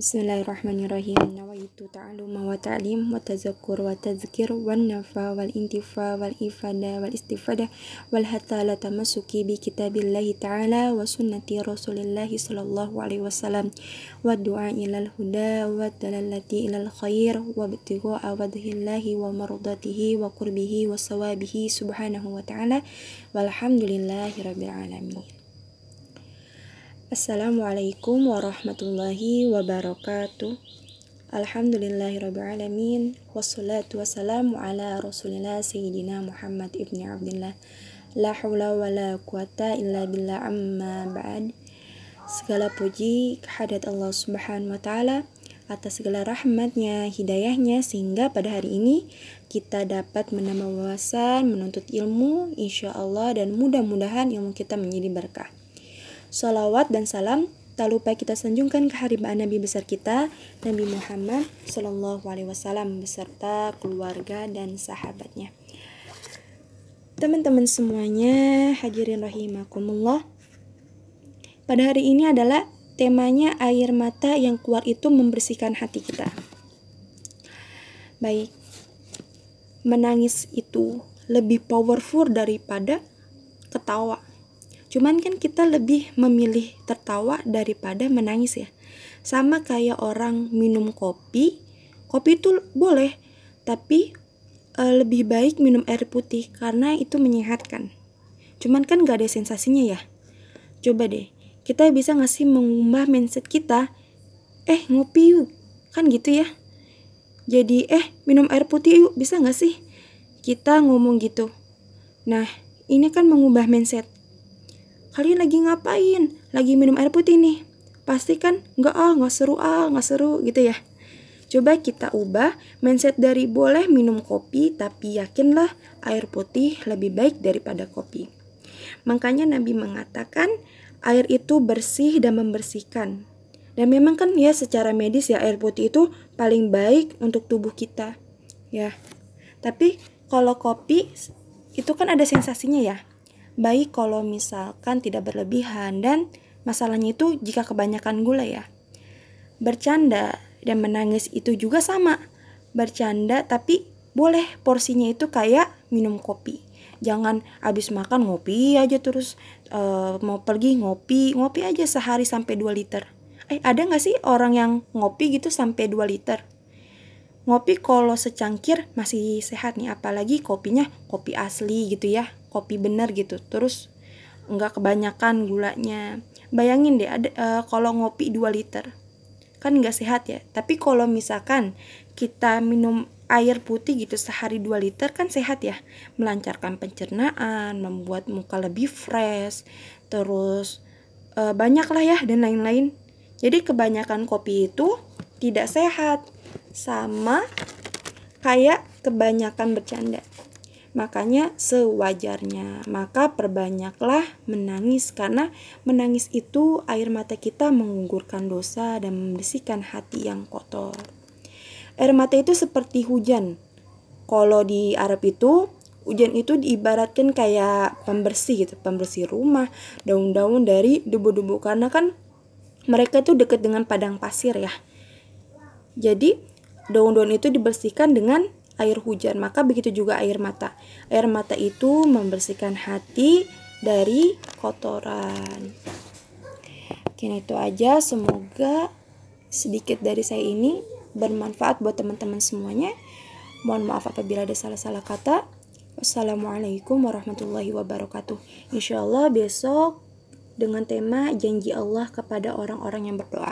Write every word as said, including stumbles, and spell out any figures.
Bismillahirrahmanirrahim. Nawaitu ta'alluma wa ta'lim wa tazakkur wa tazkir wan nafa wal intifa wal ifada wal istifada wal hatta la tamassuki bi kitabillahi ta'ala wa sunnati rasulillahi sallallahu alaihi wasallam wa du'a ilal huda wa dalalati ilal khair wa ibtigha'a wajhillahi wa mardatihi wa qurbihi wa sawabihi subhanahu wa ta'ala walhamdulillahi rabbil alamin. Assalamualaikum warahmatullahi wabarakatuh. Alhamdulillahirrabbilalamin. Wassalatu wassalamu ala rasulillah Sayyidina Muhammad ibni Abdillah. La hawla wa la quwata illa billah, amma ba'd. Segala puji kehadirat Allah subhanahu wa ta'ala atas segala rahmatnya, hidayahnya, sehingga pada hari ini kita dapat menambah wawasan, menuntut ilmu, insya Allah, dan mudah-mudahan ilmu kita menjadi berkah. Salawat dan salam tak lupa kita sanjungkan ke haribaan Nabi besar kita, Nabi Muhammad Sallallahu Alaihi Wasallam beserta keluarga dan sahabatnya. Teman-teman semuanya, hadirin rahimakumullah. Pada hari ini adalah temanya air mata yang keluar itu membersihkan hati kita. Baik, menangis itu lebih powerful daripada ketawa. Cuman kan kita lebih memilih tertawa daripada menangis ya. Sama kayak orang minum kopi. Kopi itu boleh, tapi e, lebih baik minum air putih karena itu menyehatkan. Cuman kan gak ada sensasinya ya. Coba deh, kita bisa ngasih mengubah mindset kita. Eh ngopi yuk, kan gitu ya. Jadi eh minum air putih yuk, bisa gak sih? Kita ngomong gitu. Nah ini kan mengubah mindset. Kalian lagi ngapain? Lagi minum air putih nih. Pasti kan enggak ah, enggak seru ah, enggak seru gitu ya. Coba kita ubah mindset dari boleh minum kopi, tapi yakinlah air putih lebih baik daripada kopi. Makanya Nabi mengatakan air itu bersih dan membersihkan. Dan memang kan ya secara medis ya air putih itu paling baik untuk tubuh kita. Ya. Tapi kalau kopi itu kan ada sensasinya ya. Baik kalau misalkan tidak berlebihan, dan masalahnya itu jika kebanyakan gula ya. Bercanda dan menangis itu juga sama. Bercanda tapi boleh porsinya itu kayak minum kopi. Jangan habis makan ngopi aja terus, uh, mau pergi ngopi, ngopi aja sehari sampai dua liter. Eh ada gak sih orang yang ngopi gitu sampai dua liter? Ngopi kalau secangkir masih sehat nih, apalagi kopinya kopi asli gitu ya, kopi bener gitu, terus enggak kebanyakan gulanya. Bayangin deh ada uh, kalau ngopi dua liter, kan enggak sehat ya. Tapi kalau misalkan kita minum air putih gitu sehari dua liter kan sehat ya, melancarkan pencernaan, membuat muka lebih fresh, terus uh, banyak lah ya dan lain-lain. Jadi kebanyakan kopi itu tidak sehat, sama kayak kebanyakan bercanda. Makanya sewajarnya, maka perbanyaklah menangis, karena menangis itu air mata kita menggugurkan dosa dan membersihkan hati yang kotor. Air mata itu seperti hujan. Kalau di Arab itu hujan itu diibaratkan kayak pembersih gitu, pembersih rumah, daun-daun dari debu-debu, karena kan mereka itu dekat dengan padang pasir ya. Jadi daun-daun itu dibersihkan dengan air hujan. Maka begitu juga air mata. Air mata itu membersihkan hati dari kotoran. Mungkin itu aja. Semoga sedikit dari saya ini bermanfaat buat teman-teman semuanya. Mohon maaf apabila ada salah-salah kata. Wassalamualaikum warahmatullahi wabarakatuh. Insyaallah besok dengan tema janji Allah kepada orang-orang yang berdoa.